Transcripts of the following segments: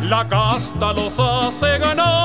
la casta los hace ganar.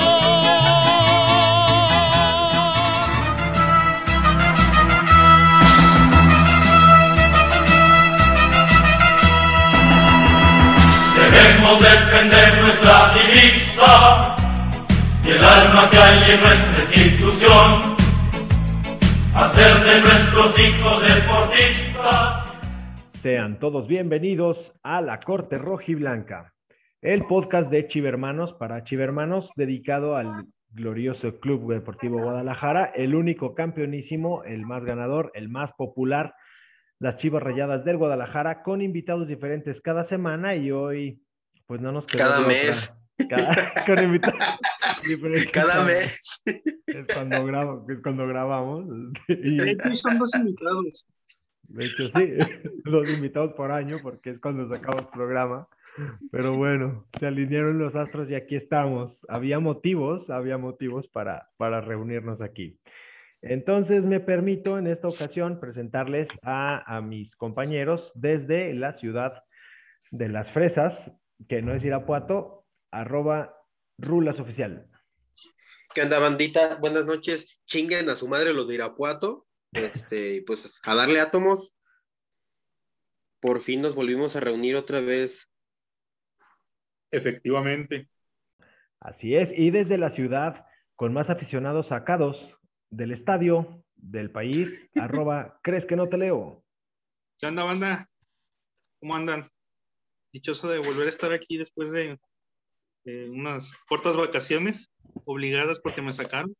Debemos defender nuestra divisa y el alma que hay en nuestra institución, hacer de nuestros hijos deportistas. Sean todos bienvenidos a La Corte Rojiblanca, el podcast de Chivermanos para Chivermanos, dedicado al glorioso Club Deportivo Guadalajara, el único campeonísimo, el más ganador, el más popular, las Chivas Rayadas del Guadalajara, con invitados diferentes cada semana, y hoy pues no nos quedó cada de mes. Con invitados diferentes. Cada mes. Es cuando grabamos. De hecho, son 2 invitados. De hecho, sí, 2 invitados por año, porque es cuando sacamos programa. Pero bueno, se alinearon los astros y aquí estamos. Había motivos para reunirnos aquí. Entonces, me permito en esta ocasión presentarles a mis compañeros desde la ciudad de Las Fresas, que no es Irapuato, @rulasoficial. ¿Qué onda, bandita? Buenas noches. Chinguen a su madre los de Irapuato. Pues a darle átomos. Por fin nos volvimos a reunir otra vez. Efectivamente. Así es, y desde la ciudad con más aficionados sacados del estadio, del país, @crees que no te leo. ¿Qué onda, banda? ¿Cómo andan? Dichoso de volver a estar aquí después de unas cortas vacaciones, obligadas porque me sacaron.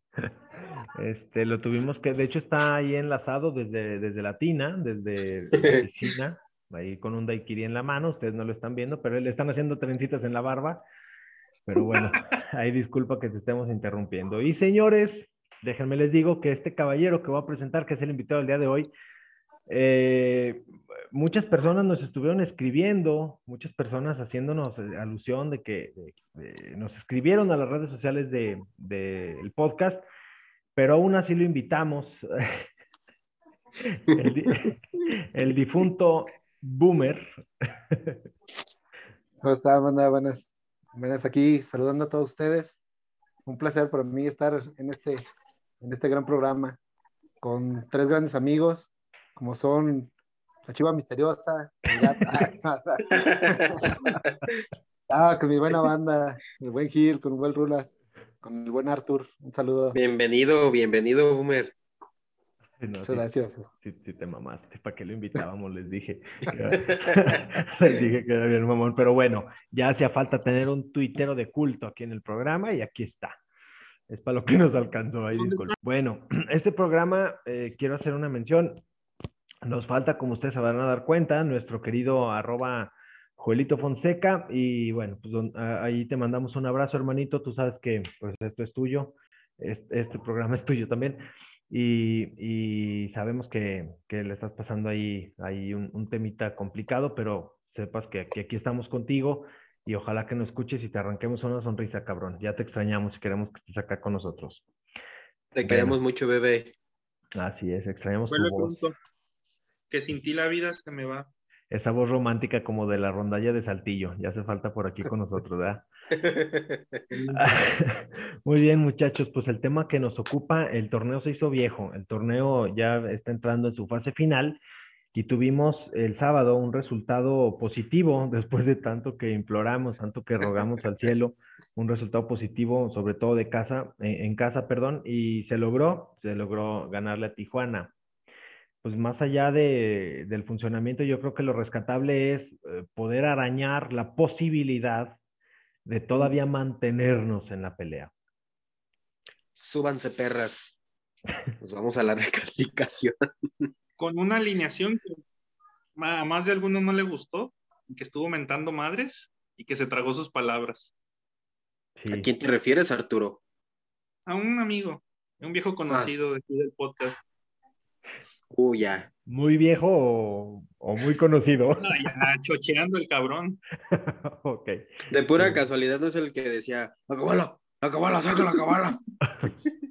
Lo tuvimos que, de hecho está ahí enlazado desde la tina, desde la oficina, ahí con un daiquiri en la mano, ustedes no lo están viendo, pero le están haciendo trencitas en la barba, pero bueno, ahí disculpa que te estemos interrumpiendo. Y señores, déjenme les digo que este caballero que voy a presentar, que es el invitado del día de hoy, muchas personas nos estuvieron escribiendo, muchas personas haciéndonos alusión de que nos escribieron a las redes sociales del podcast, pero aún así lo invitamos. El difunto Boomer. ¿Cómo está, banda? Buenas aquí, saludando a todos ustedes. Un placer para mí estar en este gran programa con 3 grandes amigos, como son la Chiva Misteriosa, el gato, con mi buena banda, el buen Gil, con el buen Rulas, con el buen Arthur. Un saludo. Bienvenido, Boomer. No, Muchas sí, gracias. Sí, te mamaste. ¿Para qué lo invitábamos? Les dije. Les dije que era bien mamón. Pero bueno, ya hacía falta tener un tuitero de culto aquí en el programa y aquí está. Es para lo que nos alcanzó ahí, disculpe. Bueno, este programa, quiero hacer una mención. Nos falta, como ustedes se van a dar cuenta, nuestro querido @Joelito Fonseca. Y bueno, pues ahí te mandamos un abrazo, hermanito. Tú sabes que pues esto es tuyo. Este programa es tuyo también. Y sabemos que le estás pasando ahí un temita complicado, pero sepas que aquí estamos contigo y ojalá que nos escuches y te arranquemos una sonrisa, cabrón. Ya te extrañamos y queremos que estés acá con nosotros. Te queremos mucho, bebé. Así es, extrañamos Vuelve tu voz. pronto, que sin ti la vida se me va. Esa voz romántica como de la rondalla de Saltillo. Ya hace falta por aquí con nosotros, ¿verdad? Muy bien, muchachos, pues el tema que nos ocupa, el torneo se hizo viejo, el torneo ya está entrando en su fase final y tuvimos el sábado un resultado positivo después de tanto que imploramos, tanto que rogamos al cielo, un resultado positivo, sobre todo en casa, y se logró ganarle a Tijuana. Pues más allá del funcionamiento, yo creo que lo rescatable es poder arañar la posibilidad de todavía mantenernos en la pelea. Súbanse, perras. Nos vamos a la recalificación. Con una alineación que a más de alguno no le gustó, que estuvo mentando madres y que se tragó sus palabras. Sí. ¿A quién te refieres, Arturo? A un amigo, un viejo conocido de aquí del podcast. Ya. ¿Muy viejo o muy conocido? No, ya chocheando el cabrón. Ok. De pura casualidad no es el que decía, la cabala, saca la cabala.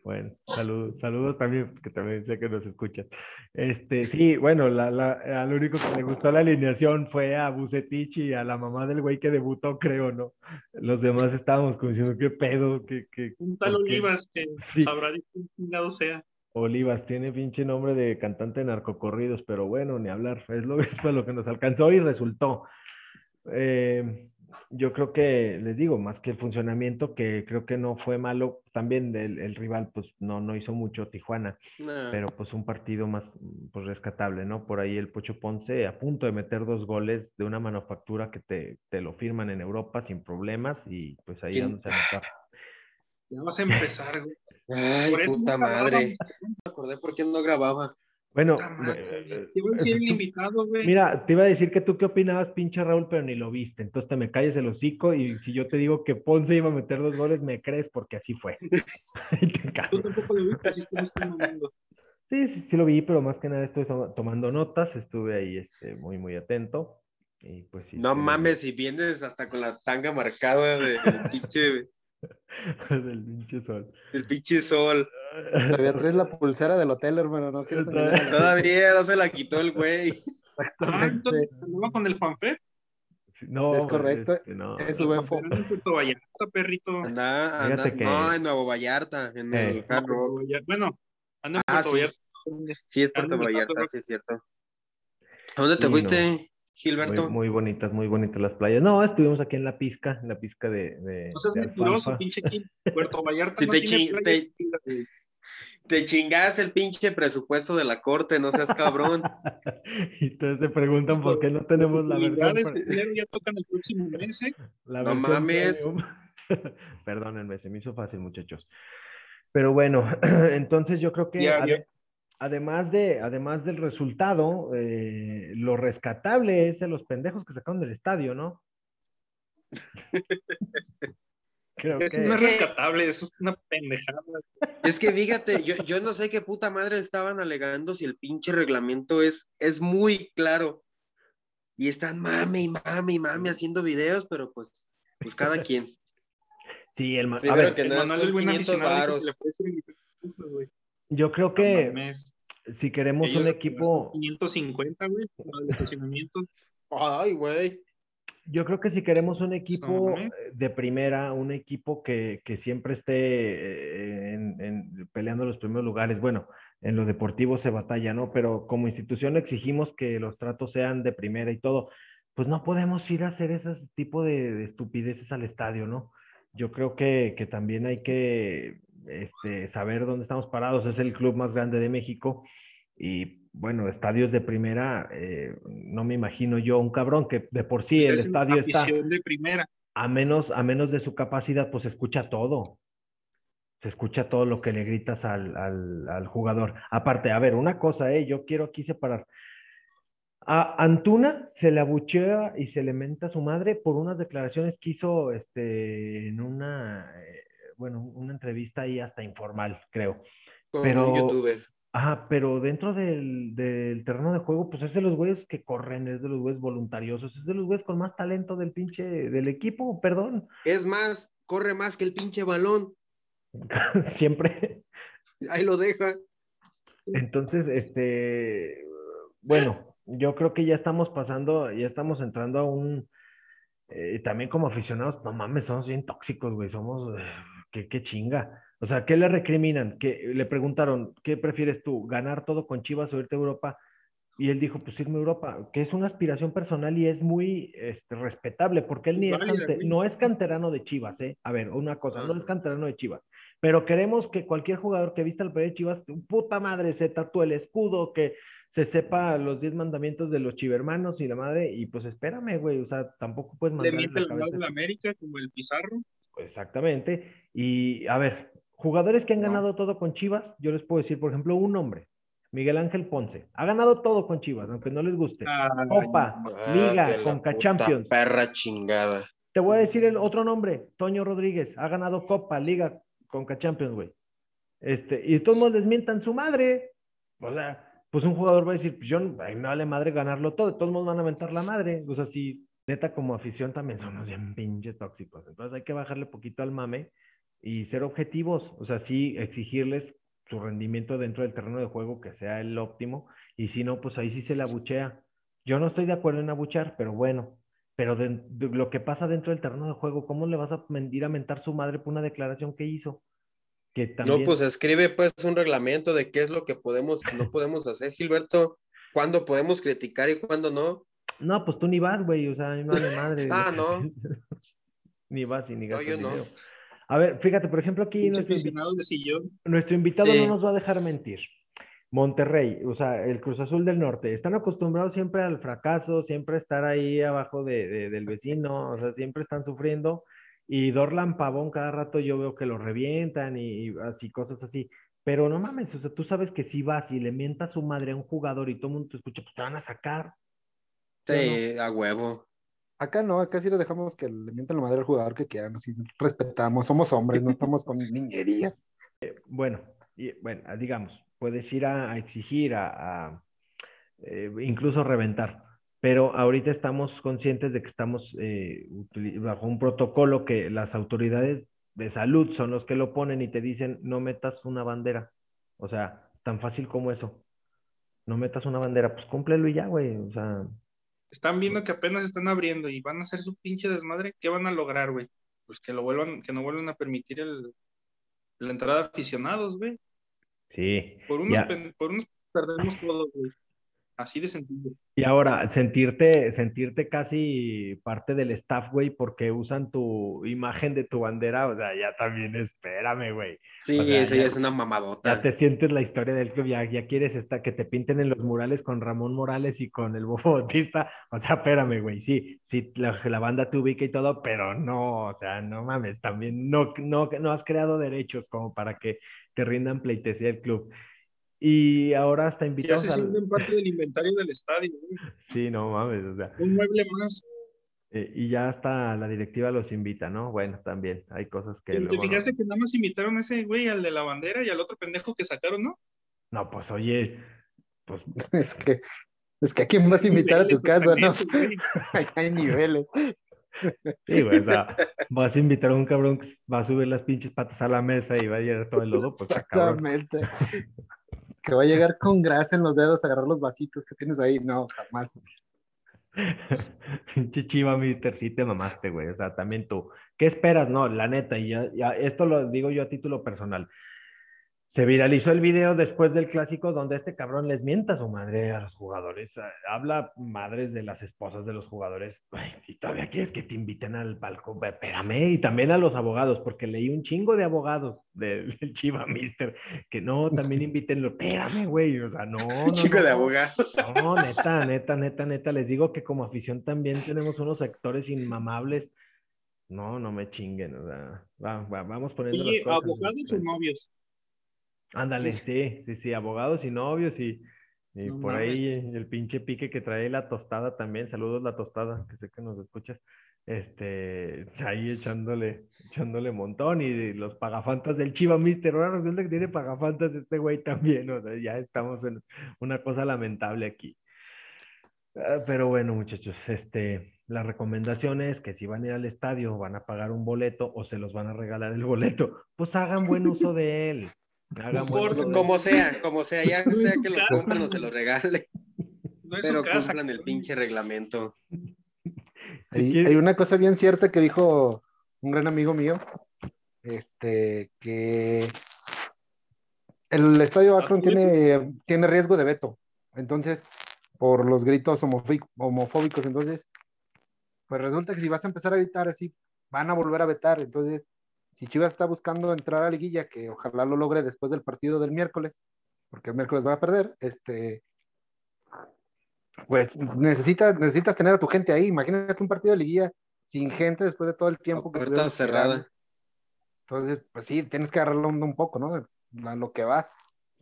Bueno, saludos también, que también sé que nos escuchan. Sí, bueno, al único que le gustó la alineación fue a Bucetich y a la mamá del güey que debutó, creo, ¿no? Los demás estábamos como diciendo, ¿qué pedo? Un tal ¿Por qué? Olivas que Sí, sabrá de qué chingado sea. Olivas tiene pinche nombre de cantante de narcocorridos, pero bueno, ni hablar, es para lo que nos alcanzó y resultó. Eh, yo creo que, les digo, más que el funcionamiento, que creo que no fue malo, también el rival pues no hizo mucho, Tijuana, Nah. pero pues un partido más pues rescatable, ¿no? Por ahí el Pocho Ponce a punto de meter 2 goles de una manufactura que te lo firman en Europa sin problemas y pues ahí ¿Quién? dándose a notar. Ya vas a empezar, güey. Ay, Por eso puta no grabábamos. madre. Me acordé por qué no grababa. Bueno, Puta madre, güey. Te iba a decir el invitado, güey. mira, te iba a decir que tú qué opinabas, pinche Raúl, pero ni lo viste. Entonces te me calles el hocico y si yo te digo que Ponce iba a meter 2 goles, me crees porque así fue. Y te Tú encargo. tampoco lo viste, así estuviste mamando. Sí lo vi, pero más que nada estoy tomando notas, estuve ahí muy, muy atento. Y pues sí, No mames, si vienes hasta con la tanga marcada del pinche sol. del pinche sol. Todavía traes la pulsera del hotel, hermano, no quieres engañar a la gente. Todavía no se la quitó el güey. Ah, entonces andaba con el Fanfet. No, Es correcto, no. es su El buen Fanfet anda en Puerto Vallarta, perrito. Anda, Fíjate que- no, en Nuevo Vallarta, en el Hard Rock. Bueno, anda en Ah, Puerto sí. Vallarta. Sí, es Anda Puerto en el Hard Vallarta, Rock. sí es cierto. ¿A dónde te Sí, fuiste, muy, Gilberto? muy bonitas las playas. No, estuvimos aquí en la pizca No seas de mentiroso, alfalfa. pinche aquí. Puerto Vallarta Si no te, tiene chi- playa. te chingas el pinche presupuesto de la corte, no seas cabrón. Y entonces se preguntan por qué no tenemos la versión, Posibilidades, culero, ya tocan el próximo mes, ¿eh? la No versión mames. premium. Perdónenme, se me hizo fácil, muchachos. Pero bueno, entonces yo creo que Ya. además del resultado, lo rescatable es de los pendejos que sacaron del estadio, ¿no? Creo Eso que no es rescatable, eso es una pendejada. Es que fíjate, yo no sé qué puta madre estaban alegando si el pinche reglamento es muy claro. Y están mame y mame y mame haciendo videos, pero pues cada quien. sí, a Primero ver, que El nada, manual son del buen 500 aficionado dice que varos. le puedes invitar cosas, güey. yo creo No que mames. si queremos Ellos un hasta gastan equipo, 550, güey, para el estacionamiento. Ay, güey. yo creo que si queremos un No equipo mames. de primera, un equipo que siempre esté peleando los primeros lugares, bueno, en lo deportivo se batalla, ¿no? Pero como institución exigimos que los tratos sean de primera y todo, pues no podemos ir a hacer ese tipo de estupideces al estadio, ¿no? Yo creo que también hay que saber dónde estamos parados. Es el club más grande de México y bueno, estadios de primera, no me imagino yo un cabrón que de por sí el Es una estadio está afición de primera. a menos de su capacidad, pues se escucha todo. Se escucha todo lo que le gritas al jugador. Aparte, a ver, una cosa, yo quiero aquí separar. A Antuna se le abuchea y se le menta a su madre por unas declaraciones que hizo en bueno, una entrevista ahí hasta informal, creo. Con un Pero, youtuber. pero dentro del terreno de juego, pues es de los güeyes que corren, es de los güeyes voluntariosos, es de los güeyes con más talento del equipo, perdón. Es más, corre más que el pinche balón. Siempre. Ahí lo deja. Entonces, bueno, yo creo que ya estamos entrando a también como aficionados, no mames, somos bien tóxicos, güey, somos, qué chinga. O sea, ¿qué le recriminan? Que le preguntaron, ¿qué prefieres tú? ¿Ganar todo con Chivas o irte a Europa? Y él dijo, pues irme a Europa, que es una aspiración personal y es muy respetable, porque él Es válida, güey. no es canterano de Chivas, ¿eh? A ver, una cosa, no es Ajá. canterano de Chivas, pero queremos que cualquier jugador que vista el play de Chivas, puta madre, se tatúe el escudo, que se sepa los 10 mandamientos de los chivermanos y la madre, y pues espérame, güey, o sea, tampoco puedes Le mandar en miente la el lado cabeza. de la América, como el Pizarro. Exactamente, y a ver, jugadores que han No. ganado todo con Chivas, yo les puedo decir, por ejemplo, un nombre. Miguel Ángel Ponce. Ha ganado todo con Chivas, aunque no les guste. Copa, Liga, Que la Conca puta Champions. perra chingada. Te voy a decir el otro nombre, Toño Rodríguez. Ha ganado Copa, Liga, Conca Champions, güey. Y de todos modos les mientan su madre. O sea, pues un jugador va a decir, pues yo, a mí me vale madre ganarlo todo. De todos modos van a mentar la madre. O sea, si neta como afición también somos bien pinches tóxicos. Entonces hay que bajarle poquito al mame y ser objetivos, o sea, sí exigirles su rendimiento dentro del terreno de juego que sea el óptimo, y si no, pues ahí sí se le abuchea. Yo no estoy de acuerdo en abuchear, pero bueno, pero de lo que pasa dentro del terreno de juego, ¿cómo le vas a ir a mentar su madre por una declaración que hizo? Que No, también, pues escribe pues un reglamento de qué es lo que podemos y no podemos hacer, Gilberto, cuándo podemos criticar y cuándo no. no, pues tú ni vas, güey, o sea, a mí me vale madre lo Ah, que no, piensas. Ni vas y ni no, gastas yo no. dinero. A ver, fíjate, por ejemplo, aquí Pinche aficionado de sillón. nuestro invitado no Sí, nos va a dejar mentir. Monterrey, o sea, el Cruz Azul del Norte, están acostumbrados siempre al fracaso, siempre estar ahí abajo del vecino, o sea, siempre están sufriendo. Y Dorlan Pavón, cada rato yo veo que lo revientan y así, cosas así. Pero no mames, o sea, tú sabes que si vas y le mientas su madre a un jugador y todo el mundo te escucha, pues te van a sacar, ¿sí o no? sí, a huevo. Acá no, acá sí lo dejamos que le mientan la madre al jugador que quieran, así respetamos, somos hombres, no estamos con niñerías. Bueno, bueno, digamos, puedes ir a exigir, incluso reventar. Pero ahorita estamos conscientes de que estamos bajo un protocolo que las autoridades de salud son los que lo ponen y te dicen no metas una bandera. O sea, tan fácil como eso. No metas una bandera, pues cúmplelo y ya, güey. O sea, Están viendo que apenas están abriendo y van a hacer su pinche desmadre. ¿Qué van a lograr, güey? Pues que no vuelvan a permitir la entrada de aficionados, güey. sí, ya. Por unos perdemos todo, güey. Así de sencillo. Y ahora, sentirte casi parte del staff, güey, porque usan tu imagen de tu bandera, o sea, ya también espérame, güey. O Sí, sea, esa ya ya, es una ya te mamadota. sientes la historia del club, ya quieres que te pinten en los murales con Ramón Morales y con el Bofo Bautista. O sea, espérame, güey, sí, sí, la banda te ubica y todo, pero no, o sea, no mames, también no has creado derechos como para que te rindan pleitesía el club. Y ahora hasta Que ya invitados se al... sienten parte del inventario del estadio, güey. Sí, no mames, o sea. Un mueble más. Y ya hasta la directiva los invita, ¿no? Bueno, también hay cosas que ¿Te luego fijaste no. que nada más invitaron a ese güey, al de la bandera y al otro pendejo que sacaron, ¿no? No, pues oye, pues Es que, es que a quién vas a invitar a tu Niveles casa, están ¿no? esos, güey. Hay niveles. sí, güey, o sea, vas a invitar a un cabrón que va a subir las pinches patas a la mesa y va a llenar todo el lodo, pues está cabrón. Exactamente. Que va a llegar con grasa en los dedos a agarrar los vasitos que tienes ahí. No, jamás. Pinche Chiva, mister, sí te mamaste, güey. O sea, también tú. ¿Qué esperas? No, la neta, y ya esto lo digo yo a título personal. Se viralizó el video después del clásico donde este cabrón les mienta a su madre a los jugadores. Habla madres de las esposas de los jugadores. Ay, si todavía quieres que te inviten al palco, espérame. Y también a los abogados, porque leí un chingo de abogados del Chiva Mister, que no, también invítenlo. Espérame, güey. O sea, no, no, Chico de no. abogado. No, neta, neta, neta, neta. Les digo que como afición también tenemos unos sectores inmamables. No, no me chinguen. O sea, vamos poniendo las Oye, cosas en su abogados o frente. novios. Ándale, Uf, sí, sí, sí, abogados y novios y no por mames. ahí el pinche pique que trae la tostada también. Saludos la tostada, que sé que nos escuchas. Ahí echándole montón y los pagafantas del Chiva Mister. Ahora resulta que tiene pagafantas este güey también. O sea, ya estamos en una cosa lamentable aquí. Pero bueno, muchachos, la recomendación es que si van a ir al estadio, van a pagar un boleto o se los van a regalar el boleto, pues hagan buen uso de él. No Hagan buen importa, uso de él. Como sea, ya no es sea su que lo casa, compren o se lo güey. regale, No es su pero casa, cumplan el cabrón. pinche reglamento. Si Hay quiere- una cosa bien cierta que dijo un gran amigo mío, que el estadio Akron ¿Todo eso? tiene riesgo de veto. Entonces, por los gritos homofóbicos, entonces, pues resulta que si vas a empezar a gritar así, van a volver a vetar. Entonces, si Chivas está buscando entrar a la liguilla, que ojalá lo logre después del partido del miércoles, porque el miércoles va a perder, pues necesitas tener a tu gente ahí. Imagínate un partido de liguilla sin gente después de todo el A tiempo que puerta estuvieron esperando. cerrada. Entonces, pues sí, tienes que agarrarlo un poco, ¿no? A lo que vas.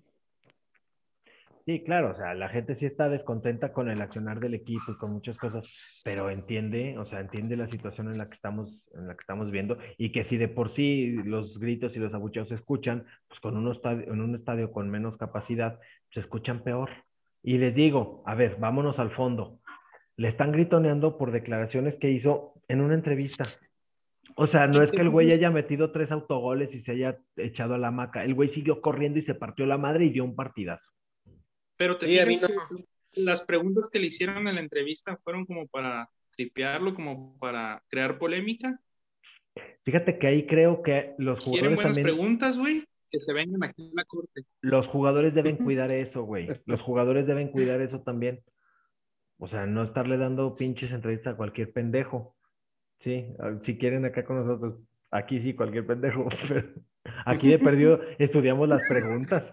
Sí, claro, o sea, la gente sí está descontenta con el accionar del equipo y con muchas cosas, pero entiende, o sea, entiende la situación en la que estamos viendo y que si de por sí los gritos y los abucheos se escuchan, pues en un estadio con menos capacidad, se escuchan peor. Y les digo, a ver, vámonos al fondo. Le están gritoneando por declaraciones que hizo en una entrevista. O sea, no Y es te que el güey pones- haya metido 3 autogoles y se haya echado a la hamaca. El güey siguió corriendo y se partió la madre y dio un partidazo. Pero te Sí, a mí fijas no. que las preguntas que le hicieron en la entrevista fueron como para tripearlo, como para crear polémica. Fíjate que ahí creo que los Quieren jugadores buenas también, preguntas, güey, que se vengan aquí a la corte. los jugadores deben cuidar eso, güey. Los jugadores deben cuidar eso también. O sea, no estarle dando pinches entrevistas a cualquier pendejo. Sí, si quieren acá con nosotros, aquí sí, cualquier pendejo. Pero aquí de perdido estudiamos las preguntas.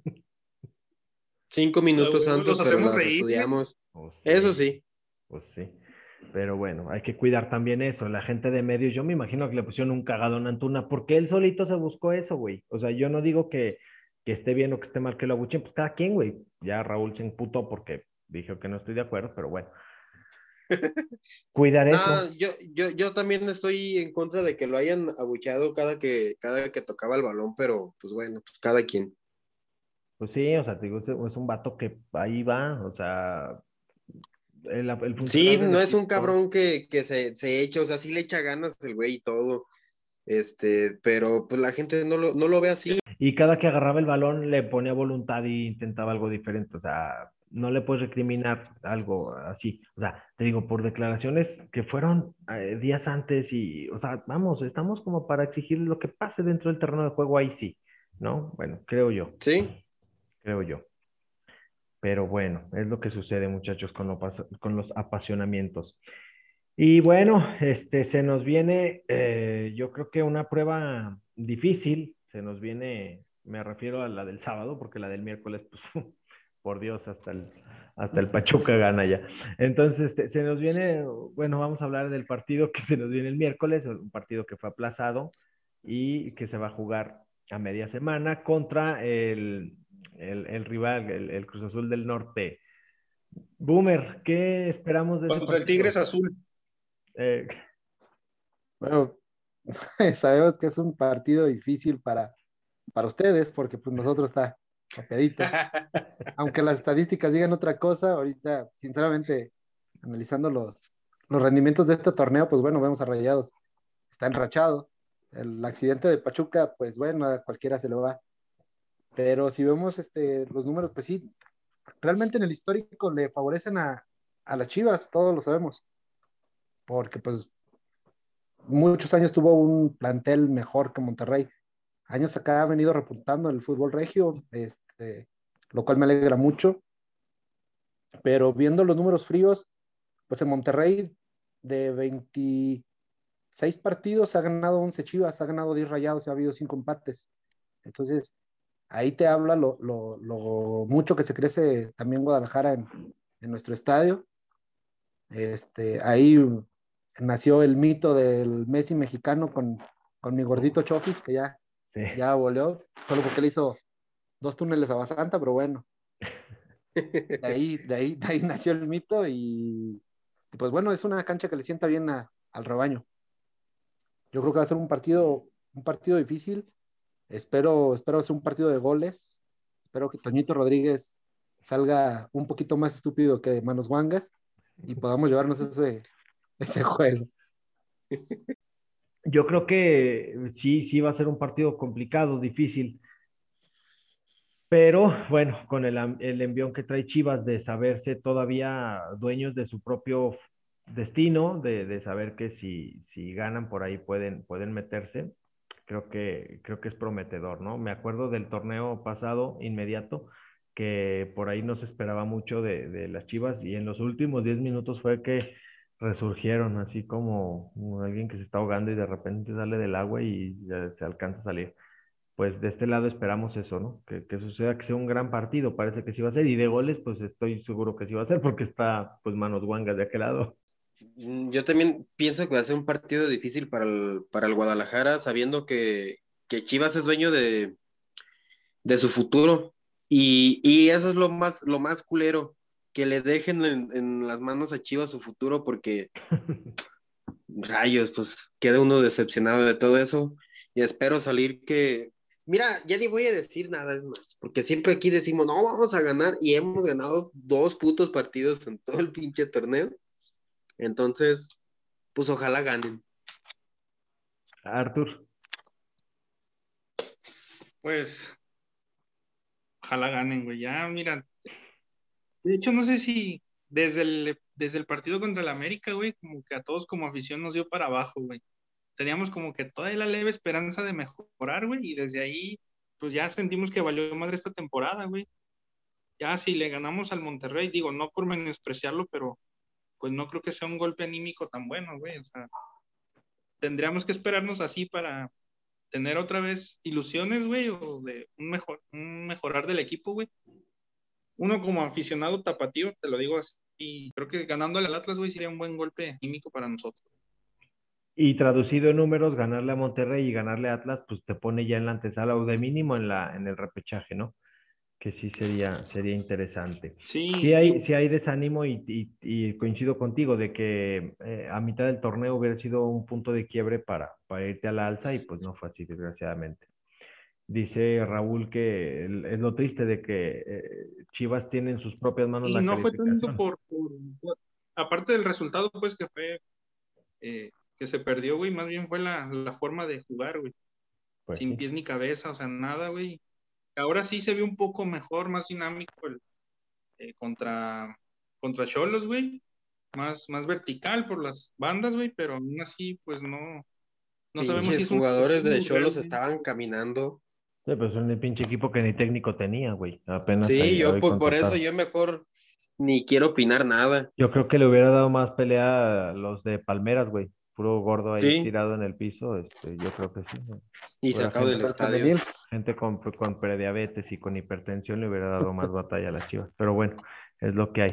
5 minutos Luego antes, los pero hacemos las reír, güey. estudiamos. Pues Eso sí, sí. pues sí. Pero bueno, hay que cuidar también eso. La gente de medios, yo me imagino que le pusieron un cagadón a Antuna, porque él solito se buscó eso, güey. O sea, yo no digo que esté bien o que esté mal que lo abuchen, pues cada quien, güey. Ya Raúl se emputó porque dijo que no estoy de acuerdo, pero bueno. Cuidar No, eso. yo también estoy en contra de que lo hayan abucheado cada que tocaba el balón, pero pues bueno, pues cada quien. Pues sí, o sea, te digo, es un vato que ahí va, o sea, el Sí, funcionario del no es un equipo. cabrón que se echa, o sea, sí le echa ganas el güey y todo, pero pues la gente no lo ve así. Y cada que agarraba el balón le ponía voluntad y intentaba algo diferente. O sea, no le puedes recriminar algo así. O sea, te digo, por declaraciones que fueron días antes y, o sea, vamos, estamos como para exigir lo que pase dentro del terreno de juego ahí sí, ¿no? Bueno, Sí, creo yo. Pero bueno, es lo que sucede, muchachos, con los apasionamientos. Y bueno, se nos viene, yo creo que una prueba difícil, se nos viene, me refiero a la del sábado, porque la del miércoles, pues, por Dios, hasta el Pachuca gana ya. Entonces, se nos viene, bueno, vamos a hablar del partido que se nos viene el miércoles, un partido que fue aplazado y que se va a jugar a media semana contra el rival, el Cruz Azul del Norte. Boomer, ¿qué esperamos de ese Contra el Tigres partido? Azul. Eh, Bueno, sabemos que es un partido difícil para ustedes, porque pues nosotros está papeadito. Aunque las estadísticas digan otra cosa, ahorita, sinceramente, analizando los rendimientos de este torneo, pues bueno, vemos a Rayados, está enrachado. El accidente de Pachuca, pues bueno, a cualquiera se lo va. Pero si vemos los números, pues sí, realmente en el histórico le favorecen a las Chivas, todos lo sabemos, porque pues muchos años tuvo un plantel mejor que Monterrey. Años acá ha venido repuntando el fútbol regio, lo cual me alegra mucho, pero viendo los números fríos, pues en Monterrey de 26 partidos ha ganado 11 Chivas, ha ganado 10 Rayados y ha habido 5 empates. Entonces, ahí te habla lo mucho que se crece también Guadalajara en nuestro estadio. Ahí nació el mito del Messi mexicano con mi gordito Chofis, que sí. ya volvió, solo porque le hizo 2 túneles a Basanta, pero bueno, de ahí nació el mito y pues bueno, es una cancha que le sienta bien al rebaño. Yo creo que va a ser un partido difícil. Espero sea un partido de goles. Espero que Toñito Rodríguez salga un poquito más estúpido que Manos Guangas y podamos llevarnos ese juego. Yo creo que sí va a ser un partido complicado, difícil, pero bueno, con el envión que trae Chivas de saberse todavía dueños de su propio destino, de saber que si ganan por ahí pueden meterse, creo que es prometedor, ¿no? Me acuerdo del torneo pasado inmediato, que por ahí no se esperaba mucho de las Chivas y en los últimos 10 minutos fue que resurgieron, así como alguien que se está ahogando y de repente sale del agua y ya se alcanza a salir. Pues de este lado esperamos eso, ¿no? Que suceda, que sea un gran partido, parece que sí va a ser, y de goles, pues estoy seguro que sí va a ser, porque está, pues, Manos Guangas de aquel lado. Yo también pienso que va a ser un partido difícil para el Guadalajara, sabiendo que Chivas es dueño de su futuro. Y eso es lo más culero, que le dejen en las manos a Chivas su futuro, porque rayos, pues queda uno decepcionado de todo eso. Y espero salir que. Mira, ya ni voy a decir nada, es más, porque siempre aquí decimos, no, vamos a ganar, y hemos ganado 2 putos partidos en todo el pinche torneo. Entonces, pues ojalá ganen. Artur. Pues, ojalá ganen, güey. Ya, mira. De hecho, no sé si desde el partido contra el América, güey, como que a todos como afición nos dio para abajo, güey. Teníamos como que toda la leve esperanza de mejorar, güey, y desde ahí, pues ya sentimos que valió madre esta temporada, güey. Ya si le ganamos al Monterrey, digo, no por menospreciarlo, pero pues no creo que sea un golpe anímico tan bueno, güey. O sea, tendríamos que esperarnos así para tener otra vez ilusiones, güey, o de un mejorar del equipo, güey. Uno como aficionado tapatío, te lo digo así, y creo que ganándole al Atlas, güey, sería un buen golpe anímico para nosotros. Y traducido en números, ganarle a Monterrey y ganarle a Atlas, pues te pone ya en la antesala o de mínimo en el repechaje, ¿no? Que sí sería interesante. Sí, Sí hay desánimo y coincido contigo de que a mitad del torneo hubiera sido un punto de quiebre para irte a la alza y pues no fue así, desgraciadamente. Dice Raúl que es lo triste de que Chivas tiene en sus propias manos y la no fue tanto calificación. aparte del resultado, pues que fue, que se perdió, güey, más bien fue la forma de jugar, güey. Pues Sin sí. pies ni cabeza, o sea, nada, güey. Ahora sí se ve un poco mejor, más dinámico contra Xolos, güey. Más vertical por las bandas, güey, pero aún así, pues no sabemos si Pinches es una jugadores de lesión Xolos realmente. estaban caminando. Sí, pues un pinche equipo que ni técnico tenía, güey. Apenas Sí, ahí yo hoy pues por eso contrataron. yo mejor ni quiero opinar nada. Yo creo que le hubiera dado más pelea a los de Palmeras, güey. Puro gordo ahí Sí, tirado en el piso. Yo creo que sí, güey. y Pura sacado del gente, Para el estadio. femenil. gente con prediabetes y con hipertensión le hubiera dado más batalla a las Chivas. Pero bueno, es lo que hay.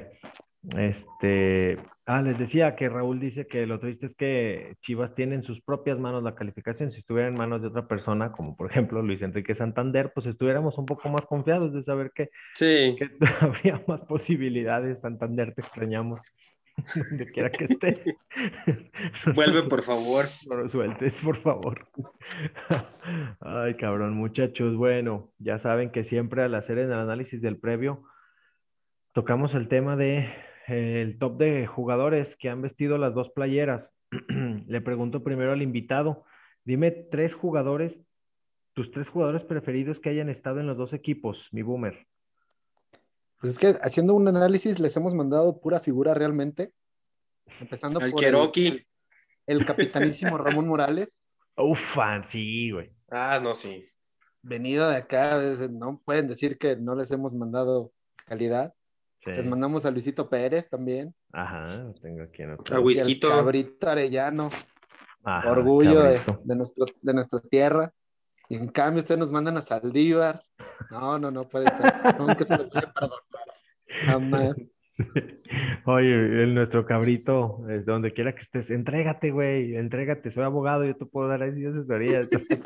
Les decía que Raúl dice que lo triste es que Chivas tiene en sus propias manos la calificación. Si estuviera en manos de otra persona, como por ejemplo Luis Enrique Santander, pues estuviéramos un poco más confiados de saber Sí, que habría más posibilidades. Santander, te extrañamos donde quiera que estés. vuelve por favor. No lo sueltes, por favor. Ay, cabrón, muchachos. Bueno, ya saben que siempre al hacer el análisis del previo, tocamos el tema de el top de jugadores que han vestido las dos playeras. Le pregunto primero al invitado, dime tus tres jugadores preferidos que hayan estado en los dos equipos, mi boomer. Pues es que haciendo un análisis les hemos mandado pura figura realmente, empezando Al por Cherokee. el capitanísimo Ramón Morales, Ufan, sí, güey. Ah, no, sí. venido de acá, no pueden decir que no les hemos mandado calidad. Sí. Les mandamos a Luisito Pérez también. Ajá, tengo aquí A anotado. Y al Whiskito. Cabrito Arellano, Ajá, orgullo cabrito. de nuestra tierra. Y en cambio ustedes nos mandan a Saldívar. No puede ser. Nunca se lo voy a perdonar. Jamás. Oye, nuestro cabrito, donde quiera que estés, entrégate, güey, entrégate, soy abogado, yo te puedo dar ahí asesoría.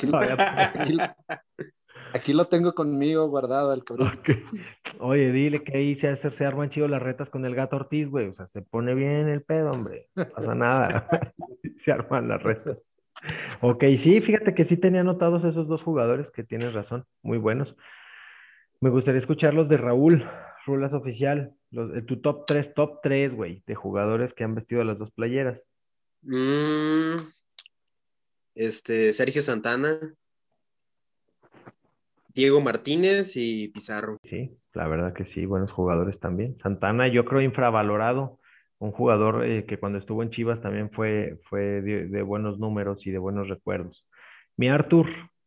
Aquí lo tengo conmigo guardado el cabrito. Okay. Oye, dile que ahí se arman chido las retas con el Gato Ortiz, güey, o sea, se pone bien el pedo, hombre, no pasa nada, se arman las retas. Ok, sí, fíjate que sí tenía anotados esos dos jugadores, que tienes razón, muy buenos. Me gustaría escuchar los de Raúl, Rulas Oficial, tu top 3, güey, de jugadores que han vestido las dos playeras. Sergio Santana, Diego Martínez y Pizarro. Sí, la verdad que sí, buenos jugadores también. Santana, yo creo infravalorado, un jugador que cuando estuvo en Chivas también fue de buenos números y de buenos recuerdos. Mi Arthur.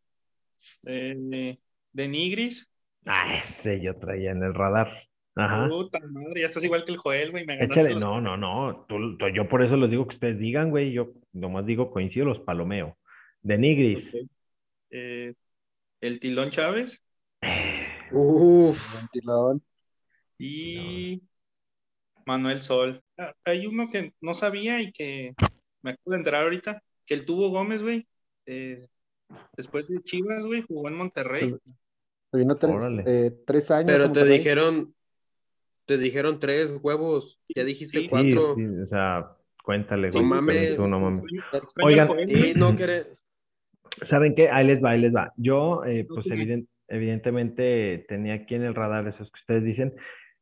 De Nigris. Ese yo traía en el radar. Ajá. Puta madre, ya estás igual que el Joel, güey. Me ganaste Échale, los... no. Yo por eso les digo que ustedes digan, güey. Yo nomás digo coincido, los palomeo. De Nigris. Okay. El Tilón Chávez. Uf. Ventilón. Y Manuel Sol. Hay uno que no sabía y que me acabo de enterar ahorita, que el Tubo Gómez, güey. Después de Chivas, güey, jugó en Monterrey. Se vino Órale. 3 años. Pero a Monterrey. te dijeron 3 huevos. Ya dijiste Sí, 4. Sí, o sea, cuéntale, No güey. mames. Tú no mames. Extraño Oigan, al Joel, güey. Sí, no querés. ¿Saben qué? Ahí les va. Yo, pues evidentemente tenía aquí en el radar esos que ustedes dicen.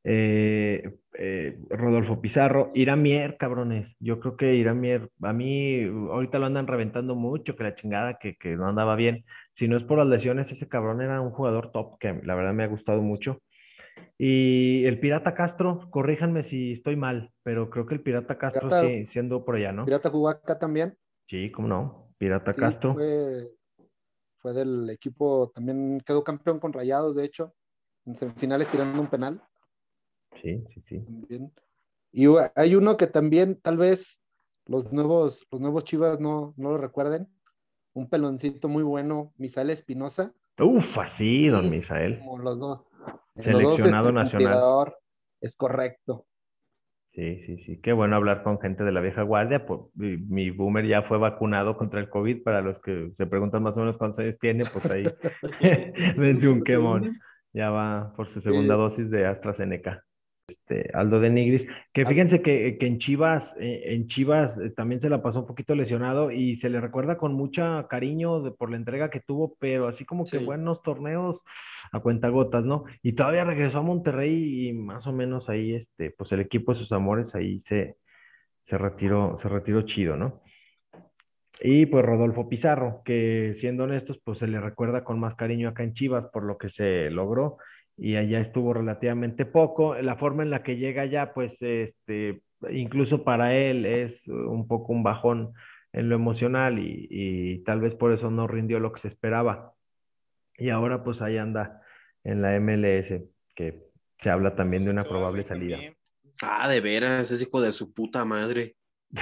Rodolfo Pizarro, Iramier, cabrones. Yo creo que Iramier, a mí ahorita lo andan reventando mucho, que la chingada, que no andaba bien. Si no es por las lesiones, ese cabrón era un jugador top, que la verdad me ha gustado mucho. Y el Pirata Castro, corríjanme si estoy mal, pero creo que el Pirata Castro Pirata, sí, siendo por allá, ¿no? Pirata jugó acá también. Sí, cómo no, Pirata Sí, Castro. fue del equipo, también quedó campeón con Rayados, de hecho, en semifinales tirando un penal Sí, sí, sí. también. Y hay uno que también, tal vez, los nuevos Chivas no lo recuerden, un peloncito muy bueno, Misael Espinosa, Uf, así, don Misael. como los dos. Los dos, Seleccionado nacional. cumplidor, es correcto. Sí, sí, sí. Qué bueno hablar con gente de la vieja guardia. Pues, mi boomer ya fue vacunado contra el COVID. Para los que se preguntan más o menos cuántos años tiene, pues ahí vence un quemón. Ya va por su segunda Sí, dosis de AstraZeneca. Aldo de Nigris, que fíjense que en Chivas también se la pasó un poquito lesionado y se le recuerda con mucha cariño por la entrega que tuvo, pero así como que Sí. buenos torneos a cuentagotas, ¿no? Y todavía regresó a Monterrey y más o menos ahí, pues el equipo de sus amores ahí se retiró chido, ¿no? Y pues Rodolfo Pizarro, que siendo honestos, pues se le recuerda con más cariño acá en Chivas por lo que se logró y allá estuvo relativamente poco. La forma en la que llega allá, pues incluso para él es un poco un bajón en lo emocional y tal vez por eso no rindió lo que se esperaba. Y ahora pues ahí anda en la MLS, que se habla también de Carlos una Ochoa, probable güey, salida. también. Ah, de veras, ese hijo de su puta madre.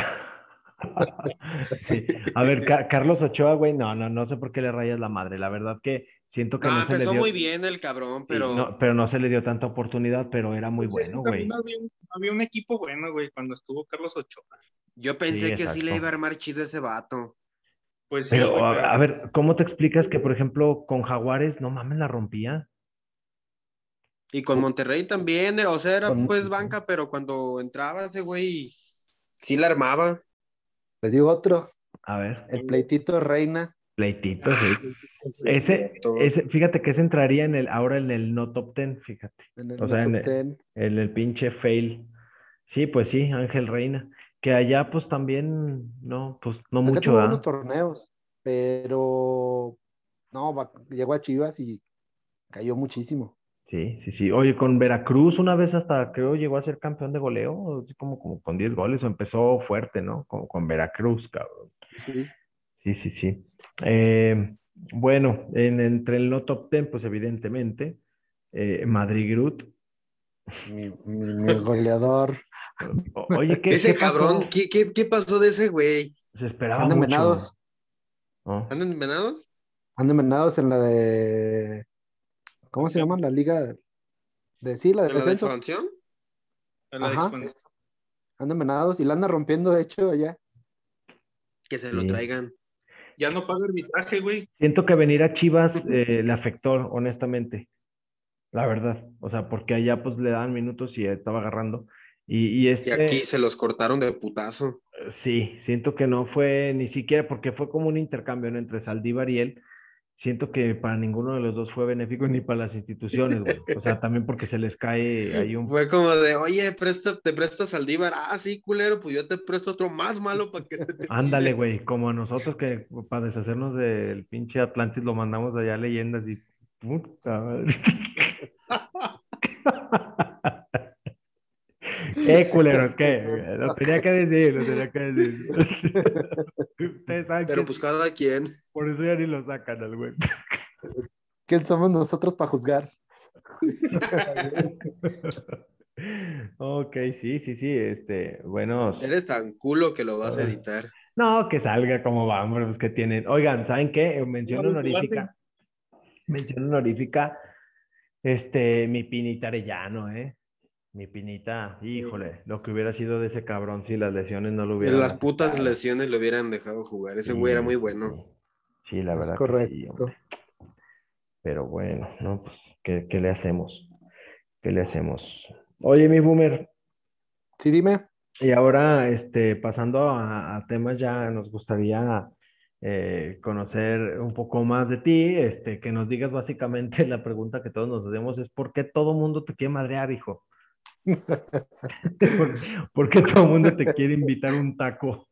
Sí, a ver, Carlos Ochoa, güey, no sé por qué le rayas la madre. La verdad que siento que No, no se le empezó dio, muy bien el cabrón, sí, pero no, pero no se le dio tanta oportunidad, pero era muy Pues es que bueno, también güey. había un equipo bueno, güey, cuando estuvo Carlos Ochoa. yo Sí, pensé que sí le iba a exacto. armar chido ese vato. Pues sí, Pero, güey, pero a ver, ¿cómo te explicas que, por ejemplo, con Jaguares, no mames, la rompía? Y con O- Monterrey también, o sea, era Con, pues banca, pero cuando entraba ese güey, sí la armaba. les digo otro, a ver, el pleitito de Reina. pleitito, Ah, sí. ese es cierto. Fíjate que ese entraría ahora en el no top ten, fíjate. En el O no sea, top 10. en el pinche fail. Sí, pues sí, Ángel Reina. Que allá, pues también, no, pues no Acá mucho, tuvo buenos ¿ah? torneos, pero no, llegó a Chivas y cayó muchísimo. Sí, sí, sí. Oye, con Veracruz una vez hasta creo llegó a ser campeón de goleo, así como con 10 goles, o empezó fuerte, ¿no? Como con Veracruz, cabrón. Sí, Sí, sí, sí. Bueno, entre el no top 10, pues evidentemente, Madrid Groot. mi goleador. Oye, ¿qué Ese cabrón, pasó? ¿qué pasó de ese güey? Se esperaba Andan mucho, venados, ¿no? ¿Andan envenenados? andan venados en la de, ¿cómo se llama? La liga sí, la de ¿En la de descenso. expansión? a la de Ajá, expansión. andan venados y la andan rompiendo, de hecho, allá. Que se lo Sí. traigan. Ya no paga arbitraje, güey. Siento que venir a Chivas le afectó, honestamente, la verdad. O sea, porque allá pues le daban minutos y estaba agarrando. Y Y aquí se los cortaron de putazo. sí, siento que no fue ni siquiera porque fue como un intercambio, ¿no? Entre Saldívar y él. Siento que para ninguno de los dos fue benéfico ni para las instituciones, güey. O sea, también porque se les cae ahí un... Fue como de, oye, te prestas Saldívar. Ah, sí, culero, pues yo te presto otro más malo para que se te Ándale, quite. güey, como a nosotros que para deshacernos del pinche Atlantis lo mandamos allá a leyendas y... Puta madre. Culeros, ¿Quién qué, son? lo tenía que decir, lo tenía que decir. Ustedes saben Pero que pues cada quien. por eso ya ni lo sacan al güey. ¿Quién somos nosotros para juzgar? Ok, sí, sí, sí, buenos. Eres tan culo que lo vas a ah, editar. no, que salga como va, hombre, pues que tienen. Oigan, ¿saben qué? Mención honorífica, mi Pinita Arellano, ¿eh? Mi Pinita, híjole, lo que hubiera sido de ese cabrón si las lesiones no lo hubieran Las putas afectado. lesiones lo hubieran dejado jugar. Ese güey era Sí, muy sí, bueno. sí. Sí, la Es verdad que sí, hombre. correcto. Pero bueno, ¿no? Pues, ¿qué le hacemos? ¿Qué le hacemos? Oye, mi boomer, Sí, dime. y ahora, pasando a temas ya, nos gustaría conocer un poco más de ti, que nos digas básicamente la pregunta que todos nos hacemos es ¿por qué todo mundo te quiere madrear, hijo? ¿Por qué todo el mundo te quiere invitar un taco?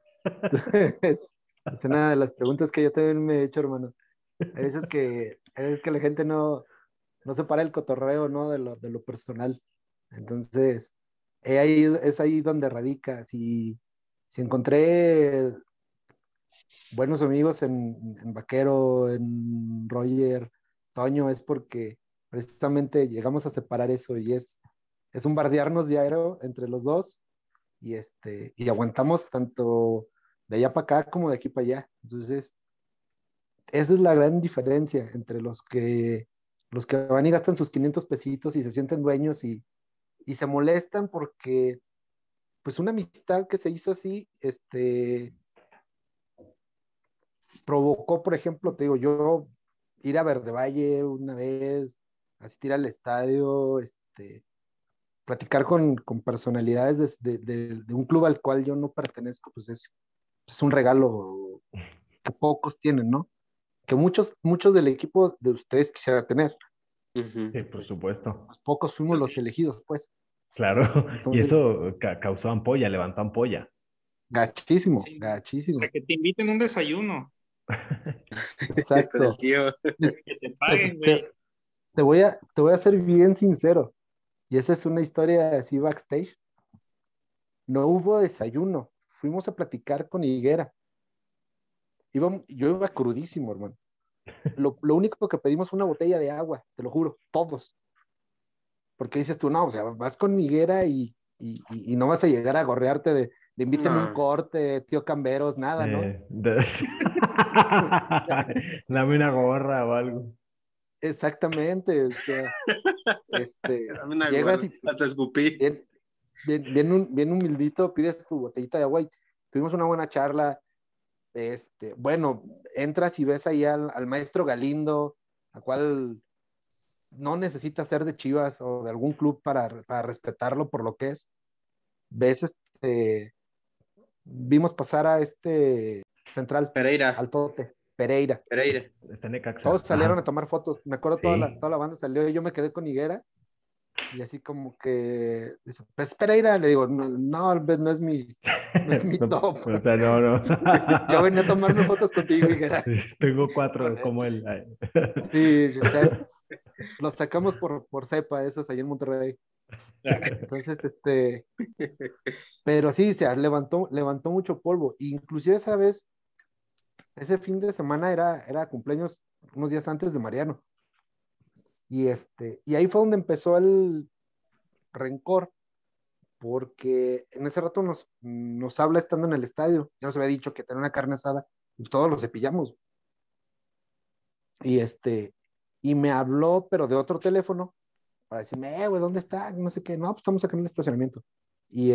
Es una de las preguntas que yo también me he hecho, hermano. Hay veces que la gente no separa el cotorreo, ¿no? De lo personal. Entonces, es ahí donde radica. Si encontré buenos amigos en Vaquero, en Roger, Toño, es porque precisamente llegamos a separar eso y es un bardearnos diario entre los dos y aguantamos tanto de allá para acá como de aquí para allá. Entonces, esa es la gran diferencia entre los que van y gastan sus 500 pesitos y se sienten dueños y se molestan porque, pues, una amistad que se hizo así, provocó, por ejemplo, te digo, yo ir a Verde Valle una vez, asistir al estadio, platicar con personalidades de un club al cual yo no pertenezco, pues es un regalo que pocos tienen, ¿no? Que muchos del equipo de ustedes quisiera tener. Ujú. Sí, por supuesto. Pues pocos fuimos los elegidos, pues. Claro. Y Entonces, eso causó ampolla, levantó ampolla. gachísimo, Sí. gachísimo. O sea, que te inviten un desayuno, Con Exacto. el tío. que te paguen, Te, güey. te- te voy a ser bien sincero. Y esa es una historia así backstage. No hubo desayuno. Fuimos a platicar con Higuera. Yo iba crudísimo, hermano. Lo único que pedimos fue una botella de agua, te lo juro, todos. Porque dices tú, no, o sea, vas con Higuera y no vas a llegar a gorrearte de invíteme un No. corte, tío Camberos, nada, ¿no? Eh, de- Dame una gorra o algo. Exactamente, o sea, Dame una llegas gorra. y Hasta escupí. bien, bien humildito, pides tu botellita de agua y tuvimos una buena charla. Bueno, entras y ves ahí al maestro Galindo, a cual no necesita ser de Chivas o de algún club para respetarlo por lo que es. Ves, vimos pasar a Central, Pereira. al Tote, Pereira. Pereira. Está en Necaxa. Todos salieron Ajá. a tomar fotos. Me acuerdo Sí. toda la banda salió y yo me quedé con Higuera. Y así como que, dice, pues Pereira, le digo, no, no es mi No, top. o sea, no. Yo venía a tomarme fotos contigo, Higuera. Tengo 4 como él. Ay. Sí, o sea, los sacamos por cepa, esos ahí en Monterrey. Entonces, pero sí, o sea, levantó mucho polvo. Inclusive esa vez, ese fin de semana era cumpleaños unos días antes de Mariano. Y ahí fue donde empezó el rencor, porque en ese rato nos habla estando en el estadio. Ya nos había dicho que tenía una carne asada y todos lo cepillamos. Y y me habló, pero de otro teléfono, para decirme, güey, ¿dónde está? No sé qué. No, pues estamos acá en el estacionamiento. Y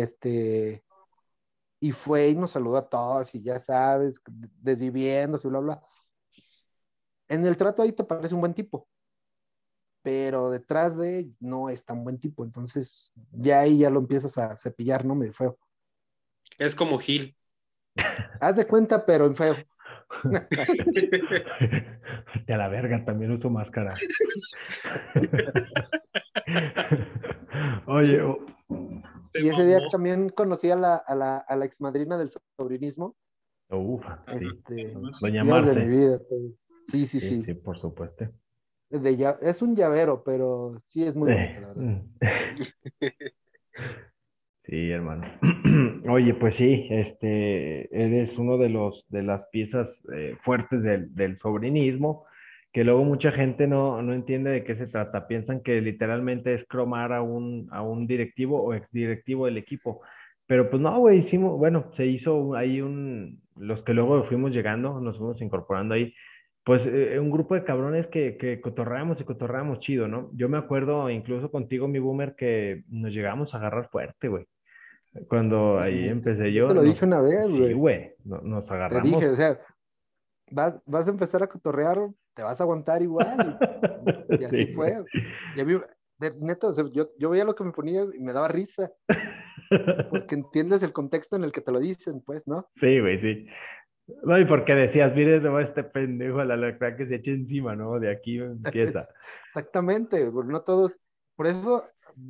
y fue y nos saludó a todos, y ya sabes, desviviéndose, bla, bla. En el trato ahí te parece un buen tipo, pero detrás de no es tan buen tipo. Entonces, ya ahí ya lo empiezas a cepillar, ¿no? Medio feo. Es como Gil. Haz de cuenta, pero en feo. Vete a la verga, también uso máscara. Oye, Se Y ese día mamó. también conocí a la exmadrina del sobrinismo. sí. Doña Dios de mi Marce. vida. Pues. Sí, sí, Sí, sí. sí, por supuesto. Es un llavero, pero sí es muy bonita, la verdad. Sí, hermano. Oye, pues sí, eres uno de las piezas fuertes del sobrinismo, que luego mucha gente no entiende de qué se trata. Piensan que literalmente es cromar a un directivo o exdirectivo del equipo. Pero pues no, güey, bueno, se hizo ahí los que luego fuimos llegando, nos fuimos incorporando ahí, pues un grupo de cabrones que cotorreamos y cotorreamos chido, ¿no? Yo me acuerdo incluso contigo, mi boomer, que nos llegamos a agarrar fuerte, güey. Cuando ahí empecé Yo te yo, lo dije una vez, sí, güey. güey, nos Te dije, agarramos. o sea, vas a empezar a cotorrear, te vas a aguantar igual. Y así Sí, güey. fue. Y a mí, neto, o sea, yo veía lo que me ponía y me daba risa, porque entiendes el contexto en el que te lo dicen, pues, ¿no? Sí, güey, sí. No, y porque decías, mire, no, este pendejo, la alacrán que se eche encima, ¿no? De aquí empieza. Exactamente, porque no todos por eso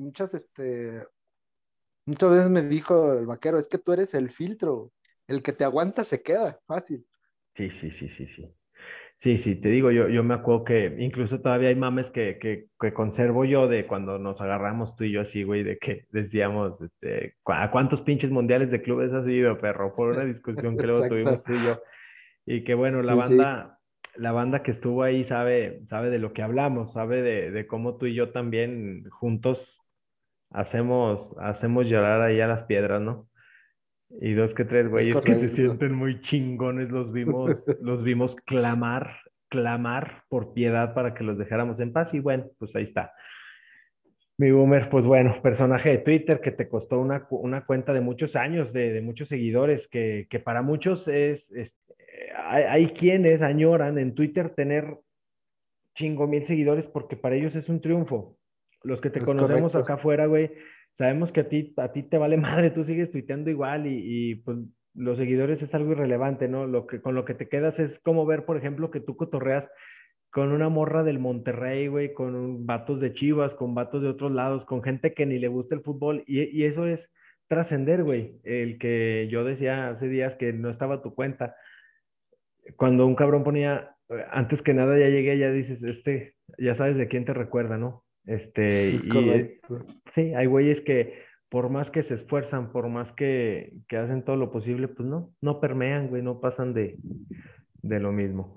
muchas veces me dijo el vaquero, es que tú eres el filtro, el que te aguanta se queda, fácil. Sí, sí, sí, sí, sí. Sí, sí, te digo, yo me acuerdo que incluso todavía hay mames que conservo yo de cuando nos agarramos tú y yo así, güey, de que decíamos, ¿a cuántos pinches mundiales de clubes has ido, perro? Por una discusión que luego Exacto. tuvimos tú y yo. Y que bueno, Sí, sí, la banda que estuvo ahí sabe de lo que hablamos, sabe de cómo tú y yo también juntos hacemos llorar ahí a las piedras, ¿no? Y dos que tres es güeyes que se correcto. sienten muy chingones, los vimos clamar por piedad para que los dejáramos en paz. Y bueno, pues ahí está. Mi boomer, pues bueno, personaje de Twitter que te costó una cuenta de muchos años, de muchos seguidores, que para muchos hay quienes añoran en Twitter tener 5,000 seguidores porque para ellos es un triunfo. Los que te Es conocemos correcto. acá afuera, güey, sabemos que a ti te vale madre, tú sigues tuiteando igual y pues los seguidores es algo irrelevante, ¿no? Con lo que te quedas es como ver, por ejemplo, que tú cotorreas con una morra del Monterrey, güey, vatos de Chivas, con vatos de otros lados, con gente que ni le gusta el fútbol y eso es trascender, güey. El que yo decía hace días que no estaba tu cuenta cuando un cabrón ponía, antes que nada ya llegué, ya dices, ya sabes de quién te recuerda, ¿no? Es correcto. Sí, hay güeyes que por más que se esfuerzan, por más que hacen todo lo posible, pues no permean, güey, no pasan de lo mismo.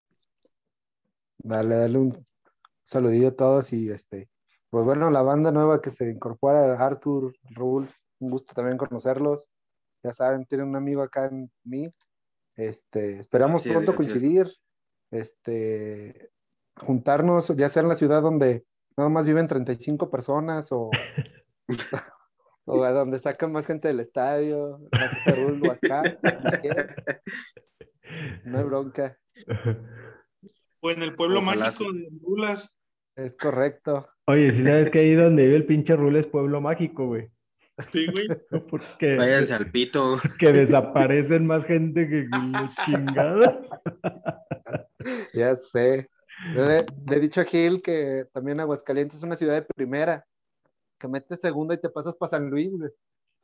Dale un saludillo a todos y pues bueno, la banda nueva que se incorpora, Arthur, Raúl, un gusto también conocerlos. Ya saben, tienen un amigo acá en mí. Esperamos Así es, pronto así es. coincidir, juntarnos, ya sea en la ciudad donde nada más viven 35 personas o a donde sacan más gente del estadio, en la casa de Raúl o acá, donde quieran, no hay bronca, O en el pueblo Ojalá mágico de Honduras. es correcto. Oye, si sabes que ahí donde vive el pinche Rule es pueblo mágico, güey. Sí, güey. váyanse al pito. Porque desaparecen más gente que la chingada. Ya sé. Le he dicho a Gil que también Aguascalientes es una ciudad de primera, que metes segunda y te pasas para San Luis, güey.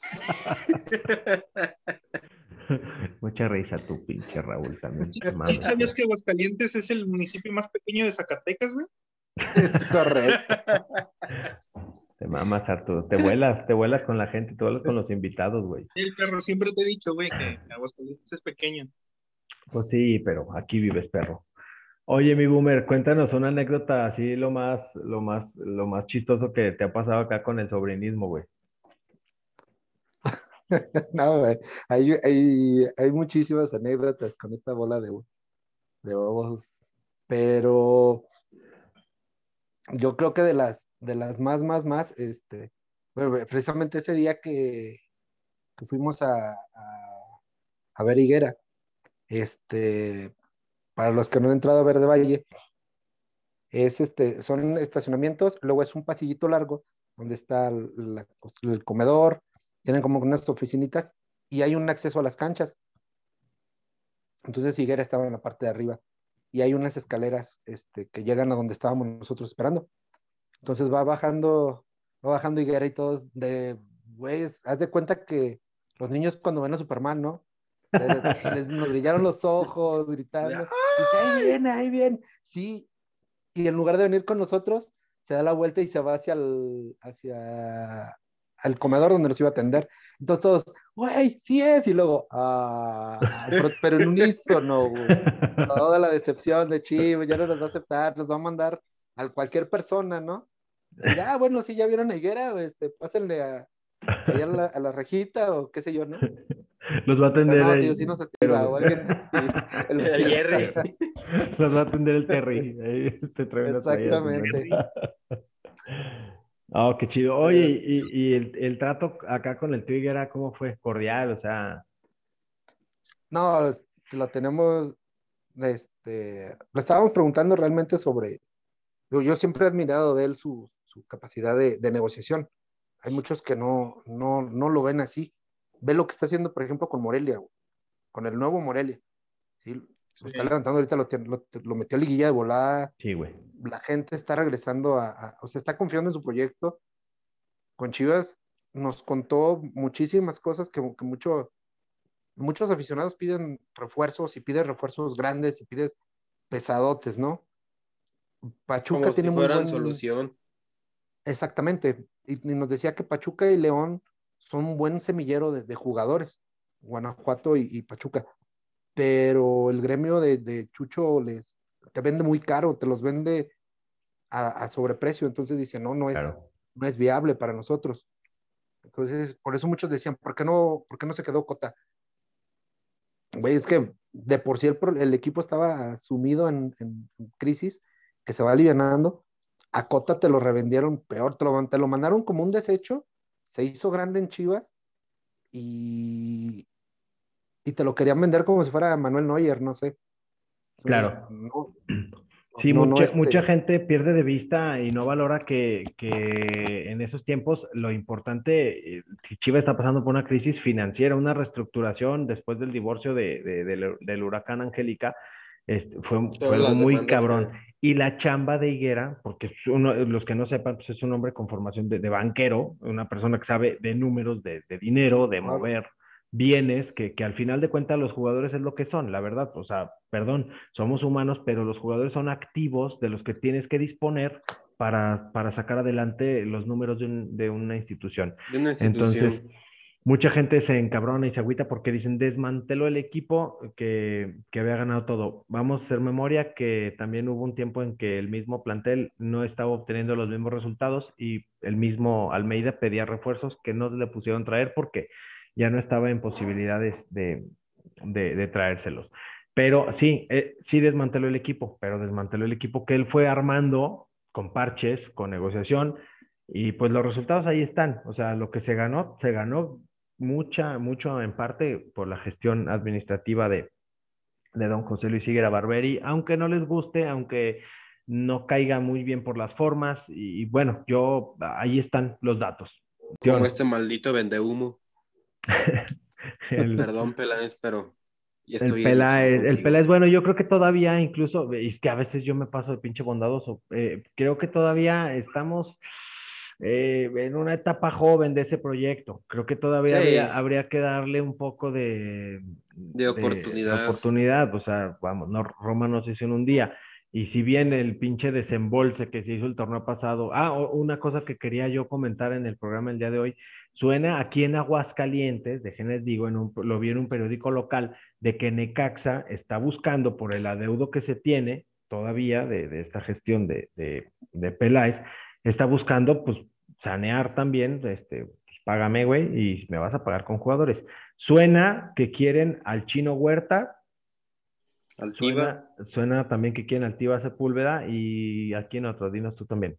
Mucha risa tú, pinche Raúl, también. ¿Sí, Te mames, sabías güey. que Aguascalientes es el municipio más pequeño de Zacatecas, güey? Es correcto. Te mamas, Arturo. Te vuelas con la gente, te vuelas con los invitados, güey. El perro, siempre te he dicho, güey, que Aguascalientes es pequeño. Pues sí, pero aquí vives, perro. Oye, mi boomer, cuéntanos una anécdota así lo más chistoso que te ha pasado acá con el sobrinismo, güey. No, güey, hay muchísimas anécdotas con esta bola de bobos, pero yo creo que de las más, bueno, precisamente ese día que fuimos a ver Higuera, para los que no han entrado a ver de Valle, son estacionamientos, luego es un pasillito largo donde está el comedor, tienen como unas oficinitas y hay un acceso a las canchas. Entonces Higuera estaba en la parte de arriba y hay unas escaleras que llegan a donde estábamos nosotros esperando. Entonces va bajando Higuera y todos güey, haz de cuenta que los niños cuando ven a Superman, ¿no? Nos brillaron los ojos, gritando. Dice, ahí viene, sí. Y en lugar de venir con nosotros, se da la vuelta y se va hacia el comedor donde nos iba a atender. Entonces todos, güey, sí es. Y luego, pero en unísono, güey. Toda la decepción de Chivo, ya no nos va a aceptar, nos va a mandar a cualquier persona, ¿no? Decir, bueno, sí, ya vieron a Higuera, pásenle allá a la rejita o qué sé yo, ¿no? Los va a Pero atender no, tío, sí nos activa o alguien así. El El Jerry. Los va a atender el Terry. Ahí te trae unas toallas Exactamente. Oh, qué chido. Oye, Es- y el trato acá con el Twig era, ¿cómo fue? Cordial, o sea. No, lo tenemos, le estábamos preguntando realmente sobre, yo siempre he admirado de él su capacidad de negociación. Hay muchos que no lo ven así. Ve lo que está haciendo, por ejemplo, con Morelia, güey, con el nuevo Morelia, ¿sí? lo está levantando ahorita, lo metió a liguilla de volada. Sí, güey. La gente está regresando o sea, está confiando en su proyecto. Con Chivas nos contó muchísimas cosas que muchos aficionados piden refuerzos, y pides refuerzos grandes, y pides pesadotes, ¿no? Pachuca Como si tiene muy fueran buen... solución. Exactamente. Y nos decía que Pachuca y León son un buen semillero de jugadores, Guanajuato y Pachuca. Pero el gremio de Chucho te vende muy caro, te los vende a sobreprecio. Entonces dice, no Claro. es viable para nosotros. Entonces, por eso muchos decían, ¿por qué no se quedó Cota? Güey, es que de por sí el equipo estaba sumido en crisis, que se va alivianando. A Cota te lo revendieron peor, te lo mandaron como un desecho, se hizo grande en Chivas y te lo querían vender como si fuera Manuel Neuer, no sé. Entonces, Claro. no, Sí, no, no, mucha gente pierde de vista y no valora que en esos tiempos lo importante, Chivas está pasando por una crisis financiera, una reestructuración después del divorcio del huracán Angélica, fue Todas algo las muy demandas cabrón. Y la chamba de Higuera, porque los que no sepan, pues es un hombre con formación de banquero, una persona que sabe de números, de dinero, de claro. mover bienes, que al final de cuentas los jugadores es lo que son, la verdad, o sea, perdón, somos humanos, pero los jugadores son activos de los que tienes que disponer para sacar adelante los números de una institución. De una Entonces, institución. mucha gente se encabrona y se agüita porque dicen, desmanteló el equipo que había ganado todo. Vamos a hacer memoria que también hubo un tiempo en que el mismo plantel no estaba obteniendo los mismos resultados y el mismo Almeida pedía refuerzos que no le pusieron traer porque ya no estaba en posibilidades de traérselos. Pero sí, sí desmanteló el equipo, pero desmanteló el equipo que él fue armando con parches, con negociación, y pues los resultados ahí están. O sea, lo que se ganó mucho en parte por la gestión administrativa de don José Luis Higuera Barberi, aunque no les guste, aunque no caiga muy bien por las formas, y bueno, ahí están los datos. Como este maldito vendehumo. el, Perdón, Peláez, pero ya El estoy Pela enojado es, el Pela contigo. es bueno, yo creo que todavía incluso, es que a veces yo me paso de pinche bondadoso, creo que todavía estamos en una etapa joven de ese proyecto, creo que todavía Sí, habría que darle un poco de de oportunidad. oportunidad, o sea, vamos, no, Roma no se hizo en un día, y si bien el pinche desembolse que se hizo el torneo pasado, una cosa que quería yo comentar en el programa el día de hoy, suena aquí en Aguascalientes, déjenles digo, lo vi en un periódico local, de que Necaxa está buscando por el adeudo que se tiene todavía de esta gestión de Peláez, está buscando pues sanear también, pues, págame, güey, y me vas a pagar con jugadores. Suena que quieren al Chino Huerta, Altiva. suena también que quieren al Tiva Sepúlveda y a quién otro, dinos tú también.